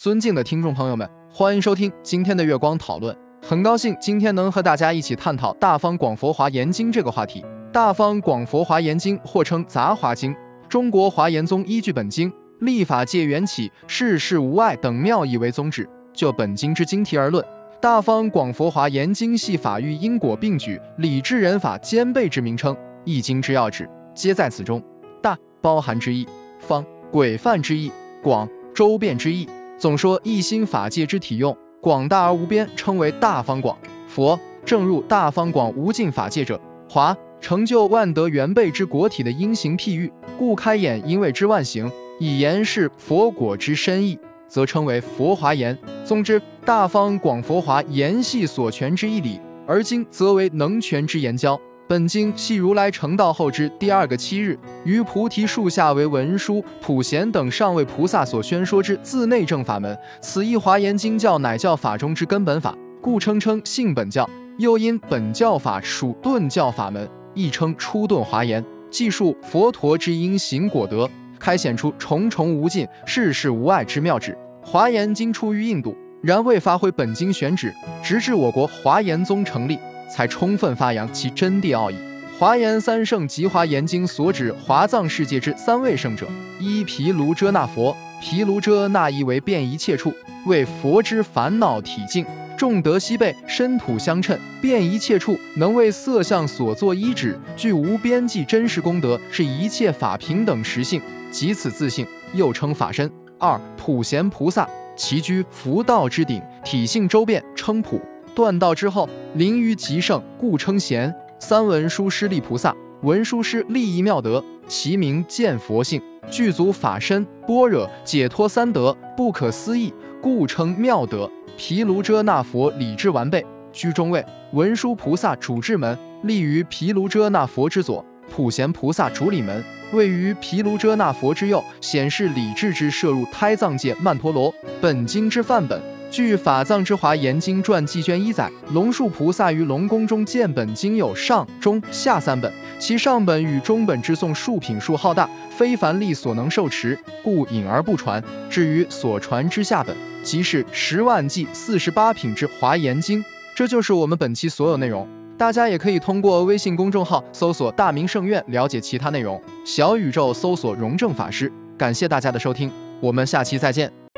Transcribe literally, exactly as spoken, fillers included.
尊敬的听众朋友们，欢迎收听今天的月光讨论。很高兴今天能和大家一起探讨《大方广佛华严经》这个话题。《大方广佛华严经》或称杂华经，中国华严宗依据本经立法界缘起、世事无碍等妙义为宗旨。就本经之经题而论，《大方广佛华严经》系法域因果并举、理智人法兼备之名称，一经之要旨皆在此中。大包含之意，方规范之意，广周遍之意。总说一心法界之体用，广大而无边，称为大方广。佛正入大方广无尽法界者，华成就万德圆备之果体的因行譬喻，故开眼因谓之万行，以言是佛果之深意，则称为佛华严。宗之，大方广佛华严系所全之一理，而今则为能全之言教。本经系如来成道后之第二个七日，于菩提树下为文殊、普贤等上位菩萨所宣说之自内证法门。此一华严经教乃教法中之根本法，故称称性本教。又因本教法属顿教法门，亦称初顿华严，记述佛陀之因行果德，开显出重重无尽、世事无碍之妙旨。华严经出于印度，然未发挥本经选旨，直至我国华严宗成立，才充分发扬其真谛奥义。华严三圣及华严经所指华藏世界之三位圣者：一毗卢遮那佛，毗卢遮那意为遍一切处，为佛之烦恼体净，众德悉备，身土相称，遍一切处，能为色相所作依止，具无边际真实功德，是一切法平等实性，即此自性，又称法身。二普贤菩萨，其居福道之顶，体性周遍，称普。断道之后，临于极盛，故称贤。三文殊师利菩萨，文殊师利益妙德，其名见佛性，具足法身、般若、解脱三德，不可思议，故称妙德。毗卢遮那佛理智完备，居中位，文殊菩萨主智门，立于毗卢遮那佛之左；普贤菩萨主理门，位于毗卢遮那佛之右，显示理智之摄入胎藏界曼陀罗。本经之范本，据法藏之华严经传记卷一载，龙树菩萨于龙宫中见本经有上、中、下三本，其上本与中本之诵数品数浩大，非凡力所能受持，故隐而不传。至于所传之下本，即是十万计四十八品之华严经。这就是我们本期所有内容。大家也可以通过微信公众号搜索大明圣院了解其他内容，小宇宙搜索荣正法师。感谢大家的收听，我们下期再见。